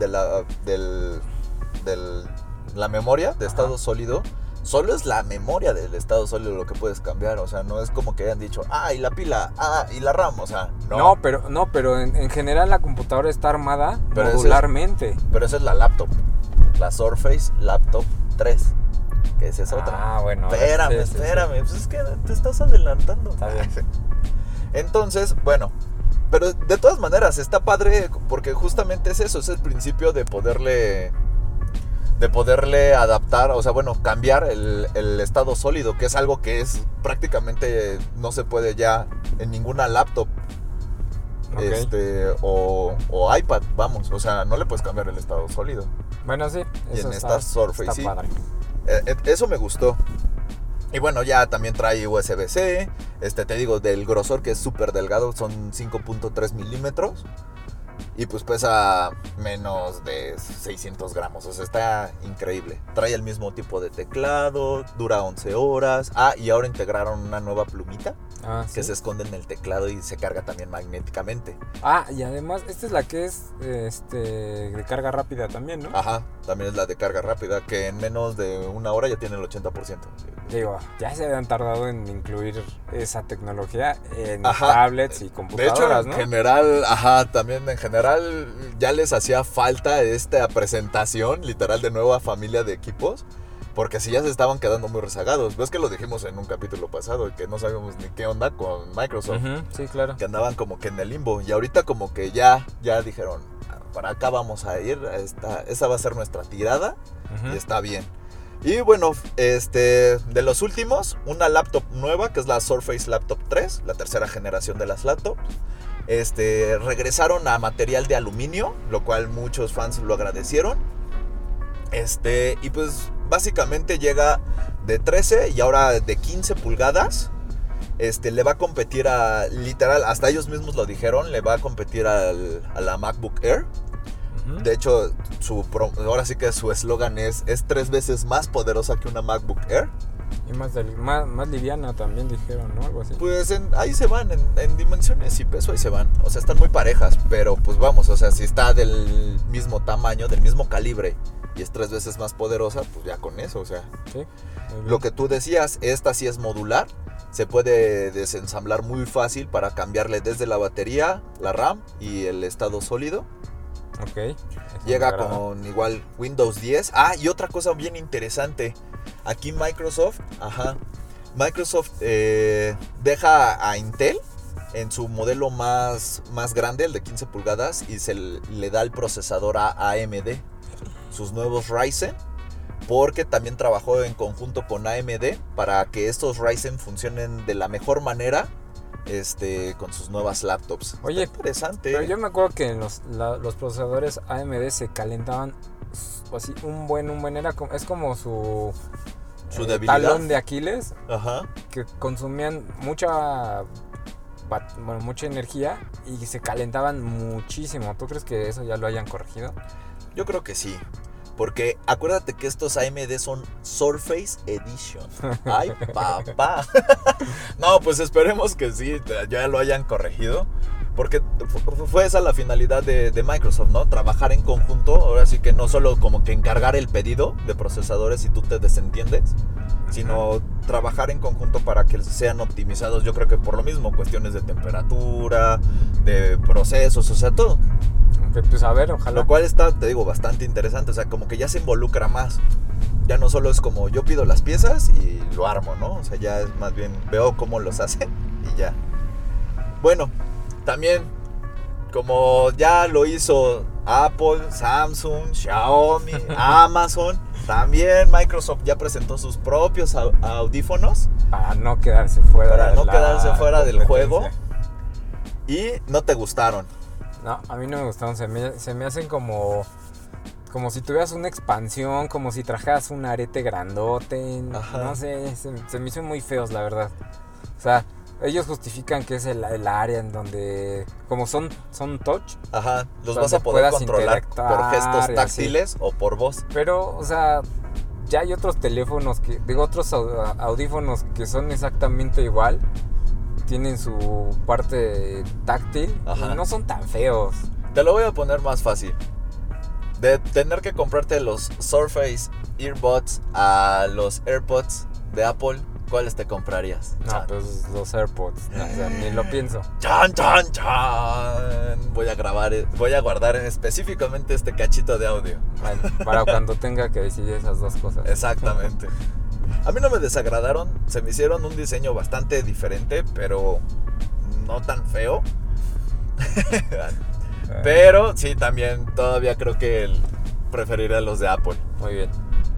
memoria de estado sólido, solo es la memoria del estado sólido lo que puedes cambiar. O sea, no es como que hayan dicho, y la pila, y la RAM, o sea, no. Pero en general la computadora está armada modularmente. Pero esa es la laptop, la Surface Laptop 3, que esa es otra. Espérame, sí. Pues es que te estás adelantando. Está bien. Entonces, pero de todas maneras está padre porque justamente es eso, es el principio de poderle adaptar, o sea, cambiar el estado sólido, que es algo que es prácticamente no se puede ya en ninguna laptop. O iPad, o sea, no le puedes cambiar el estado sólido. Sí, y en esta Surface está sí. Padre. Eso me gustó. Y bueno, ya también trae USB-C. Te digo, del grosor que es súper delgado, son 5.3 milímetros. Y pues pesa menos de 600 gramos. O sea, está increíble. Trae el mismo tipo de teclado, dura 11 horas. Y ahora integraron una nueva plumita. Que se esconde en el teclado y se carga también magnéticamente. Y además, esta es la que es de carga rápida también, ¿no? Ajá, también es la de carga rápida, que en menos de una hora ya tiene el 80%. Digo, ya se habían tardado en incluir esa tecnología en tablets y computadoras, ¿no? De hecho, en general, también en general ya les hacía falta esta presentación, literal, de nueva familia de equipos. Porque si ya se estaban quedando muy rezagados. Ves que lo dijimos en un capítulo pasado, que no sabíamos ni qué onda con Microsoft. Sí, claro. Que andaban como que en el limbo. Y ahorita como que ya dijeron, para acá vamos a ir, esa va a ser nuestra tirada. Y está bien. Y bueno, de los últimos, una laptop nueva, que es la Surface Laptop 3, la tercera generación de las laptops. Regresaron a material de aluminio, lo cual muchos fans lo agradecieron. Y pues básicamente llega de 13 y ahora de 15 pulgadas. Le va a competir literal, hasta ellos mismos lo dijeron, le va a competir a la MacBook Air. De hecho, ahora sí que su eslogan es 3 veces más poderosa que una MacBook Air. Y más liviana también dijeron, ¿no? Algo así. Pues ahí se van, en dimensiones y peso ahí se van. O sea, están muy parejas, pero pues vamos, o sea, si está del mismo tamaño, del mismo calibre y es 3 veces más poderosa, pues ya con eso, o sea. Sí. Lo que tú decías, esta sí es modular. Se puede desensamblar muy fácil para cambiarle desde la batería, la RAM y el estado sólido. Ok. Llega con igual Windows 10. Y otra cosa bien interesante. Aquí Microsoft deja a Intel en su modelo más grande, el de 15 pulgadas, y se le da el procesador a AMD, sus nuevos Ryzen, porque también trabajó en conjunto con AMD para que estos Ryzen funcionen de la mejor manera con sus nuevas laptops. Oye, está interesante. Pero yo me acuerdo que los procesadores AMD se calentaban así un buen es como su debilidad, talón de Aquiles. Ajá. Que consumían mucha energía y se calentaban muchísimo. ¿Tú crees que eso ya lo hayan corregido? Yo creo que sí. Porque acuérdate que estos AMD son Surface Edition. ¡Ay, papá! No, pues esperemos que sí, ya lo hayan corregido. Porque fue esa la finalidad de Microsoft, ¿no? Trabajar en conjunto. Ahora sí que no solo como que encargar el pedido de procesadores y tú te desentiendes, sino trabajar en conjunto para que sean optimizados. Yo creo que por lo mismo, cuestiones de temperatura, de procesos, o sea, todo. Pues a ver, ojalá. Lo cual está, te digo, bastante interesante. O sea, como que ya se involucra más. Ya no solo es como yo pido las piezas y lo armo, ¿no? O sea, ya es más bien veo cómo los hacen y ya. Bueno, también como ya lo hizo Apple, Samsung, Xiaomi, Amazon, también Microsoft ya presentó sus propios audífonos. Para no quedarse fuera del juego. Y no te gustaron. No, a mí no me gustaron, se me hacen como si tuvieras una expansión, como si trajeras un arete grandote. Ajá. No sé, se me hicieron muy feos, la verdad. O sea, ellos justifican que es el área en donde, como son touch. Ajá, los vas a poder controlar por gestos táctiles o por voz. Pero, o sea, ya hay otros teléfonos, otros audífonos que son exactamente igual. Tienen su parte táctil. Ajá. Y no son tan feos. Te lo voy a poner más fácil. De tener que comprarte los Surface Earbuds a los AirPods de Apple, ¿cuáles te comprarías? No, pues los AirPods. No, o sea, ni lo pienso. ¡Chan, chan, chan! Voy a guardar específicamente este cachito de audio. Bueno, para cuando tenga que decidir esas dos cosas. Exactamente. A mí no me desagradaron, se me hicieron un diseño bastante diferente, pero no tan feo. Pero sí, también todavía creo que preferiré los de Apple. Muy bien.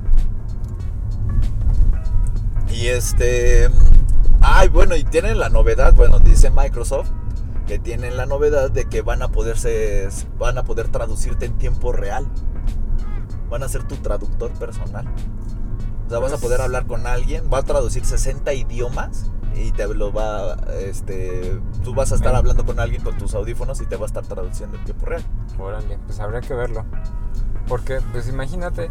Y bueno, y tienen la novedad, bueno, dice Microsoft que tienen la novedad de que van a poder traducirte en tiempo real. Van a ser tu traductor personal. O sea, vas a poder hablar con alguien, va a traducir 60 idiomas y te lo va, tú vas a estar hablando con alguien con tus audífonos y te va a estar traduciendo en tiempo real. Órale, pues habría que verlo. Porque, pues imagínate,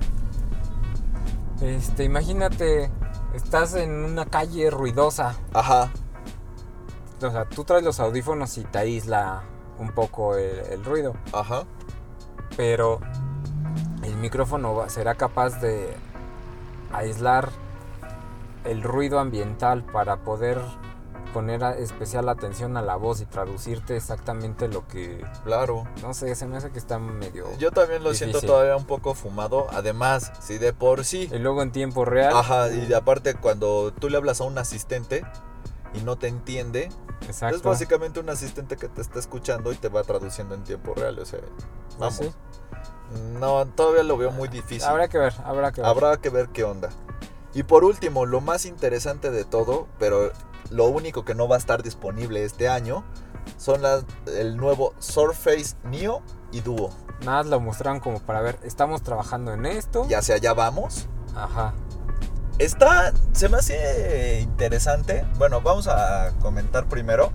estás en una calle ruidosa. Ajá. O sea, tú traes los audífonos y te aísla un poco el ruido. Ajá. Pero el micrófono será capaz de aislar el ruido ambiental para poder poner especial atención a la voz y traducirte exactamente lo que... Claro. No sé, se me hace que está medio... Yo también lo difícil. siento todavía un poco fumado. Además, si de por sí... Y luego en tiempo real... Ajá, y aparte cuando tú le hablas a un asistente y no te entiende... Exacto. Es básicamente un asistente que te está escuchando y te va traduciendo en tiempo real. O sea, vamos. ¿Sí? No, todavía lo veo muy difícil. Habrá que ver. Habrá que ver qué onda. Y por último, lo más interesante de todo, pero lo único que no va a estar disponible este año, son el nuevo Surface Neo y Duo. Nada más lo mostraron como para ver, estamos trabajando en esto. Ya hacia allá vamos. Ajá. Se me hace interesante. Bueno, vamos a comentar primero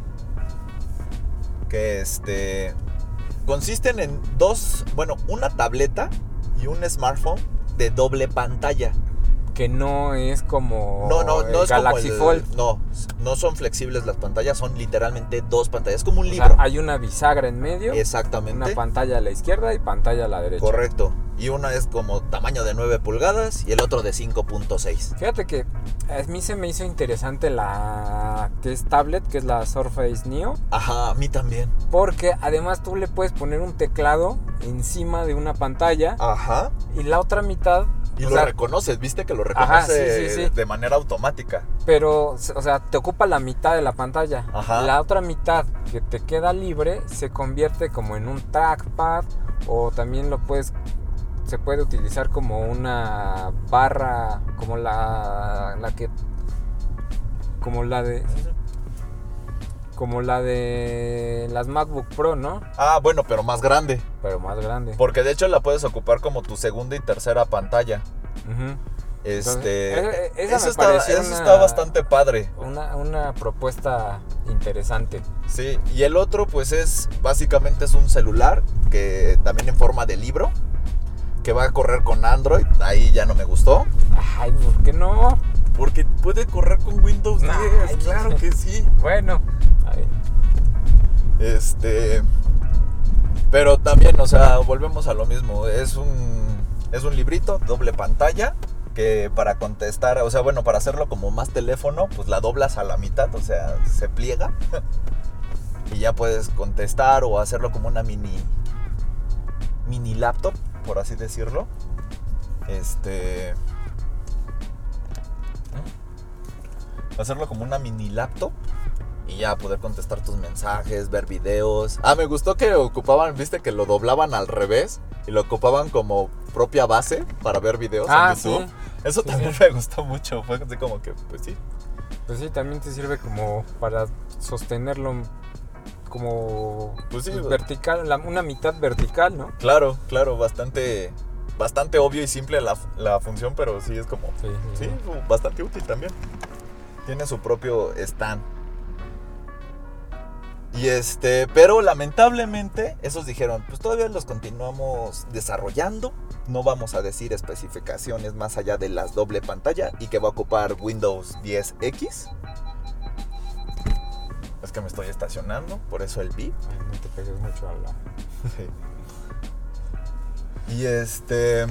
que consisten en una tableta y un smartphone de doble pantalla. Que no es como no es Galaxy como Fold. No son flexibles las pantallas, son literalmente dos pantallas, es como un libro. Sea, hay una bisagra en medio. Exactamente. Una pantalla a la izquierda y pantalla a la derecha. Correcto. Y una es como tamaño de 9 pulgadas y el otro de 5.6. Fíjate que a mí se me hizo interesante la que es tablet, que es la Surface Neo. Ajá, a mí también. Porque además tú le puedes poner un teclado encima de una pantalla. Ajá. Y la otra mitad... Y lo reconoces, ¿viste? Que lo reconoce sí. de manera automática. Pero, o sea, te ocupa la mitad de la pantalla. Ajá. La otra mitad que te queda libre se convierte como en un trackpad o también se puede utilizar como una barra, como la de las MacBook Pro, ¿no? Ah, bueno, pero más grande. Porque de hecho la puedes ocupar como tu segunda y tercera pantalla. Uh-huh. Eso está bastante padre. Una propuesta interesante. Sí, y el otro pues básicamente es un celular que también en forma de libro, que va a correr con Android. Ahí ya no me gustó. Ay, ¿por qué no? Porque puede correr con Windows 10, claro que sí. Bueno, ahí. Pero también, o sea, volvemos a lo mismo. Es un librito, doble pantalla, que para contestar, o sea, bueno, para hacerlo como más teléfono, pues la doblas a la mitad, o sea, se pliega. Y ya puedes contestar o hacerlo como una mini laptop, por así decirlo. Hacerlo como una mini laptop y ya poder contestar tus mensajes, ver videos. Me gustó que viste que lo doblaban al revés y lo ocupaban como propia base para ver videos en YouTube. Sí. Eso también me gustó mucho, fue así como que, pues sí. Pues sí, también te sirve como para sostenerlo como pues sí, vertical, una mitad vertical, ¿no? Claro, bastante obvio y simple la función, pero sí es como, sí, bastante útil también. Tiene su propio stand. Y pero lamentablemente esos dijeron, pues todavía los continuamos desarrollando, no vamos a decir especificaciones más allá de las doble pantalla y que va a ocupar Windows 10X. Es que me estoy estacionando, por eso el beep. Ay, no te pegues mucho a la... Y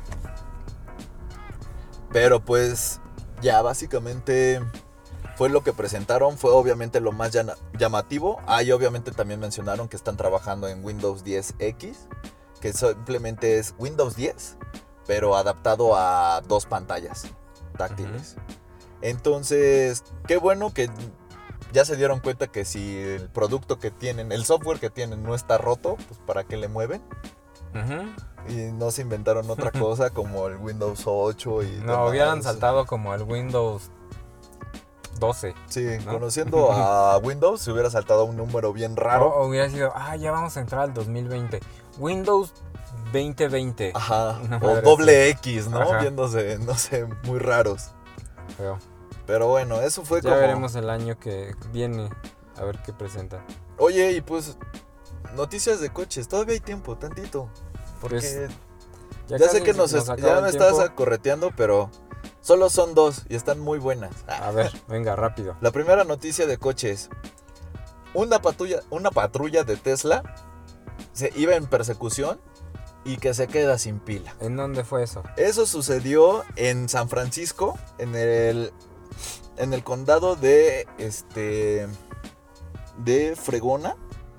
pero pues ya básicamente fue lo que presentaron, fue obviamente lo más llamativo. Y obviamente también mencionaron que están trabajando en Windows 10X, que simplemente es Windows 10, pero adaptado a dos pantallas táctiles. Uh-huh. Entonces, qué bueno que ya se dieron cuenta que si el producto que tienen, el software que tienen no está roto, pues para qué le mueven. Uh-huh. Y no se inventaron otra cosa como el Windows 8 y no, demás. Hubieran saltado como el Windows 12. Sí, ¿no? Conociendo a Windows se hubiera saltado un número bien raro. O hubiera sido, ya vamos a entrar al 2020. Windows 2020. Ajá. Una O madre doble X, ¿no? Ajá. Viéndose, no sé, muy raros. Feo. Pero bueno, eso fue Ya como... veremos el año que viene. A ver qué presenta. Oye, y pues, noticias de coches. Todavía hay tiempo, tantito. Porque Pues, ya casi sé que acaba ya el me estás tiempo. correteando, pero solo son 2 y están muy buenas. A ver, venga, rápido. La primera noticia de coches. Una patrulla de Tesla se iba en persecución y que se queda sin pila. ¿En dónde fue eso? Eso sucedió en San Francisco, en el condado de Fregona.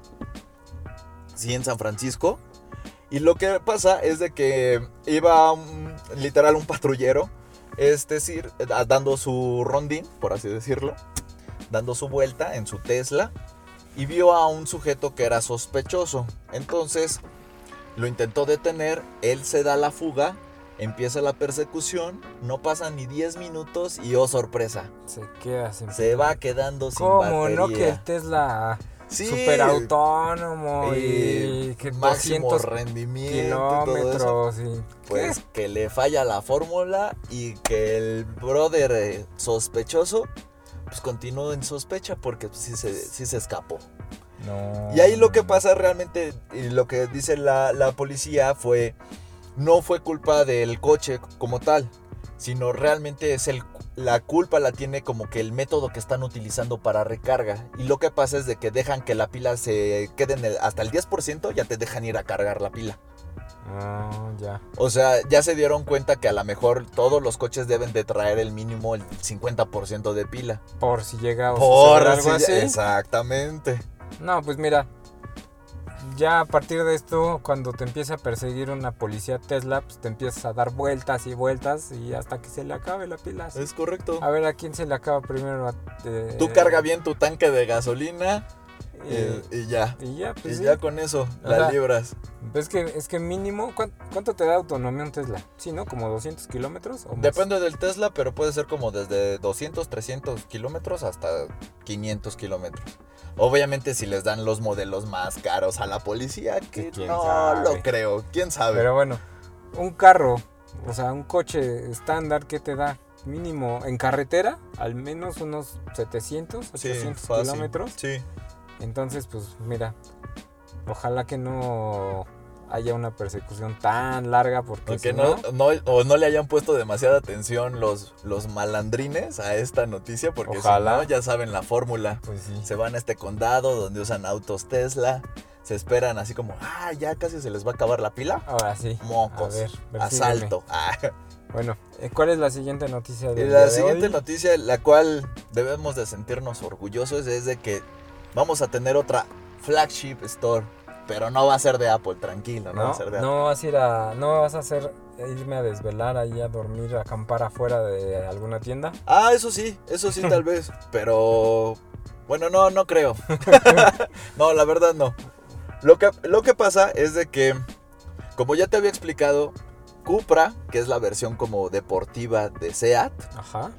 Sí, en San Francisco. Y lo que pasa es de que iba literal un patrullero, es decir, dando su rondín, por así decirlo, dando su vuelta en su Tesla, y vio a un sujeto que era sospechoso. Entonces lo intentó detener, él se da la fuga, empieza la persecución, no pasan ni 10 minutos y oh sorpresa, Se queda sin se va quedando sin ¿Cómo batería. no que el Tesla Sí, súper autónomo y que máximo 200 rendimiento y todo eso? kilómetros y Pues que le falla la fórmula y que el brother sospechoso pues continúa en sospecha porque pues, sí se escapó. no. Y ahí lo que pasa realmente, y lo que dice la policía no fue culpa del coche como tal, sino realmente es la culpa la tiene como que el método que están utilizando para recarga. Y lo que pasa es de que dejan que la pila se quede hasta el 10%, ya te dejan ir a cargar la pila. Ya. O sea, ya se dieron cuenta que a lo mejor todos los coches deben de traer el mínimo el 50% de pila. Por si llega a Por suceder algo si- así. Exactamente. No, pues mira, ya a partir de esto, cuando te empieza a perseguir una policía Tesla, pues te empiezas a dar vueltas y vueltas y hasta que se le acabe la pila. Así. Es correcto. A ver a quién se le acaba primero. Tú carga bien tu tanque de gasolina y ya. Y ya, pues Y sí. ya con eso O la sea, libras. Es que mínimo, ¿cuánto te da autonomía un Tesla? Sí, ¿no? ¿Como 200 kilómetros o más? Depende del Tesla, pero puede ser como desde 200, 300 kilómetros hasta 500 kilómetros. Obviamente si les dan los modelos más caros a la policía, que ¿Quién no sabe? lo creo. ¿Quién sabe? Pero bueno, un carro, o sea, un coche estándar, ¿qué te da? Mínimo en carretera, al menos unos 700, 800 fácil. kilómetros. Sí. Entonces, pues mira, ojalá que no haya una persecución tan larga porque Aunque si no le hayan puesto demasiada atención los malandrines a esta noticia, porque Ojalá. si no, ya saben la fórmula. pues sí. Se van a este condado donde usan autos Tesla, se esperan así como, ya casi se les va a acabar la pila. Ahora sí. Mocos, A ver, persígueme. asalto. Bueno, ¿cuál es la siguiente noticia Y del la día de siguiente hoy? noticia, la cual debemos de sentirnos orgullosos, es de que vamos a tener otra flagship store, pero no va a ser de Apple, tranquilo, no va a ser de Apple. No vas a hacer irme a desvelar ahí a dormir, a acampar afuera de alguna tienda. Eso sí tal vez, pero bueno, no creo. No, la verdad no. Lo que pasa es de que, como ya te había explicado, Cupra, que es la versión como deportiva de Seat, Ajá.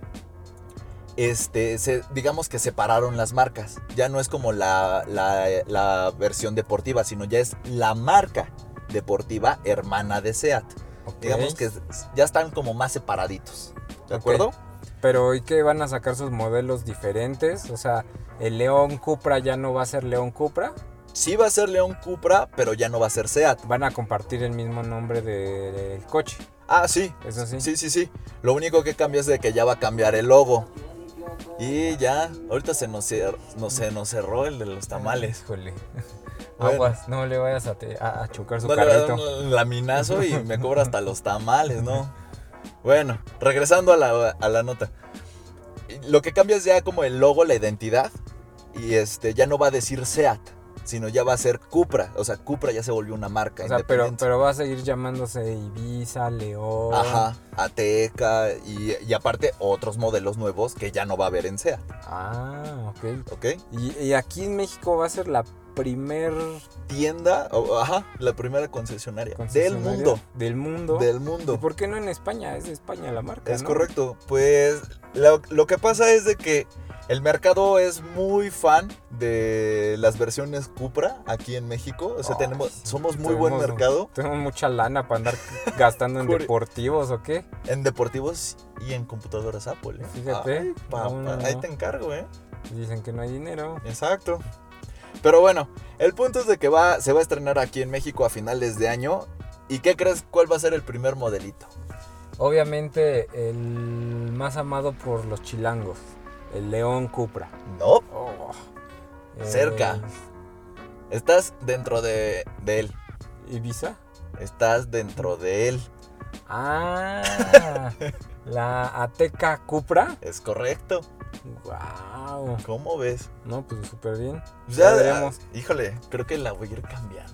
digamos que separaron las marcas. Ya no es como la versión deportiva, sino ya es la marca deportiva hermana de Seat. Ok. Digamos que ya están como más separaditos. ¿De Ok. acuerdo? Pero ¿y qué van a sacar sus modelos diferentes? O sea, el León Cupra ya no va a ser León Cupra. Sí va a ser León Cupra, pero ya no va a ser Seat. Van a compartir el mismo nombre del coche. Sí. Eso sí. Sí. Lo único que cambia es de que ya va a cambiar el logo. Y ya, ahorita se nos cerró el de los tamales. Híjole. Bueno. Aguas, no le vayas a chocar su No le va a dar carrito. un laminazo y me cobra hasta los tamales, ¿no? Bueno, regresando a la nota. Lo que cambia es ya como el logo, la identidad. Y ya no va a decir Seat, sino ya va a ser Cupra. O sea, Cupra ya se volvió una marca O sea, independiente. pero va a seguir llamándose Ibiza, León. Ajá, Ateca y aparte otros modelos nuevos que ya no va a haber en Seat. Ah, ok. ¿Ok? Y aquí en México va a ser la primer tienda, la primera concesionaria del mundo. ¿Y por qué no en España? Es de España la marca, Es ¿no? correcto. Pues lo que pasa es de que el mercado es muy fan de las versiones Cupra aquí en México. O sea, somos muy buen mercado. Tenemos mucha lana para andar gastando en deportivos, ¿o qué? En deportivos y en computadoras Apple, ¿eh? Fíjate. Ahí te encargo, ¿eh? Dicen que no hay dinero. Exacto. Pero bueno, el punto es de que se va a estrenar aquí en México a finales de año. ¿Y qué crees cuál va a ser el primer modelito? Obviamente el más amado por los chilangos, el León Cupra. No. Cerca. Estás dentro de él. ¿Ibiza? Estás dentro de él. La Ateca Cupra. Es correcto. Wow. ¿Cómo ves? No, pues súper bien. Ya veremos. Híjole, creo que la voy a ir cambiando.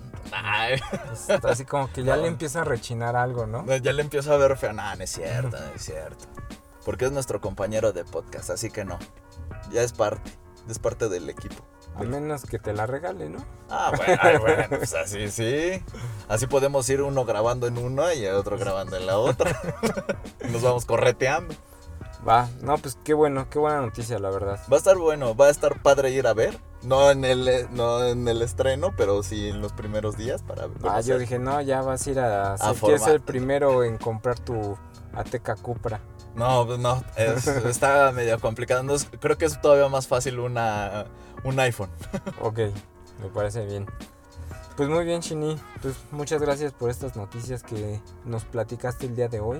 Así como que ya le empieza a rechinar algo, ¿no? Ya le empiezo a ver feo. No es cierto, no es cierto. Porque es nuestro compañero de podcast, así que no. Ya es parte del equipo. A menos que te la regale, ¿no? Bueno, pues así sí. Así podemos ir uno grabando en una y el otro grabando en la otra. Nos vamos correteando. Va, no, pues qué buena noticia, la verdad. Va a estar bueno, va a estar padre ir a ver. No en el estreno, pero sí en los primeros días para ver. Yo dije, no, ya vas a ir quieres ser el primero en comprar tu Ateca Cupra. No, está medio complicado. No, creo que es todavía más fácil un iPhone. Ok, me parece bien. Pues muy bien, Shini. Pues muchas gracias por estas noticias que nos platicaste el día de hoy.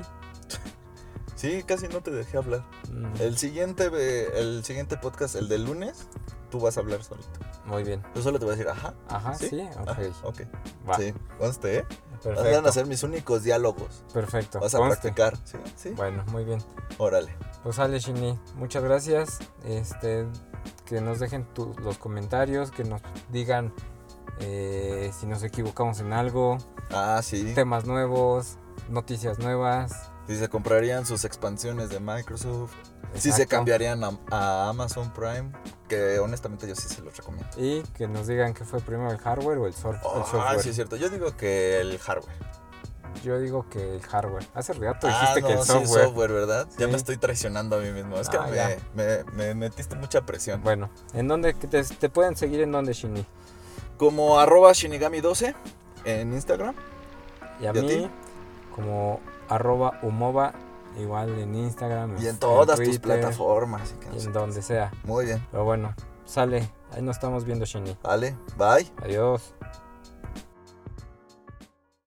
Sí, casi no te dejé hablar. El siguiente podcast, el del lunes, tú vas a hablar solito. Muy bien. Yo solo te voy a decir, sí, ok. Va. Sí, conste, Perfecto. Van a ser mis únicos diálogos. Perfecto. Vas a practicar. Sí. Bueno, muy bien. Órale. Pues sale, Shini. Muchas gracias. Que nos dejen los comentarios, que nos digan si nos equivocamos en algo. Sí. Temas nuevos, noticias nuevas. Si se comprarían sus expansiones de Microsoft. Exacto. Si se cambiarían a Amazon Prime, que honestamente yo sí se los recomiendo. Y que nos digan que fue primero el hardware o el software. Sí, es cierto. Yo digo que el hardware. Yo digo que el hardware. Hace rato dijiste que el software. Sí, software, ¿verdad? Sí. Ya me estoy traicionando a mí mismo. Es que me metiste mucha presión. Bueno, ¿en dónde te pueden seguir en dónde, Shini? Como @Shinigami12 en Instagram. Y a mí, como @Umova, igual en Instagram. Y en todas Twitter, tus plataformas. Y en donde sea. Muy bien. Pero bueno, sale. Ahí nos estamos viendo, Shini. Vale, bye. Adiós.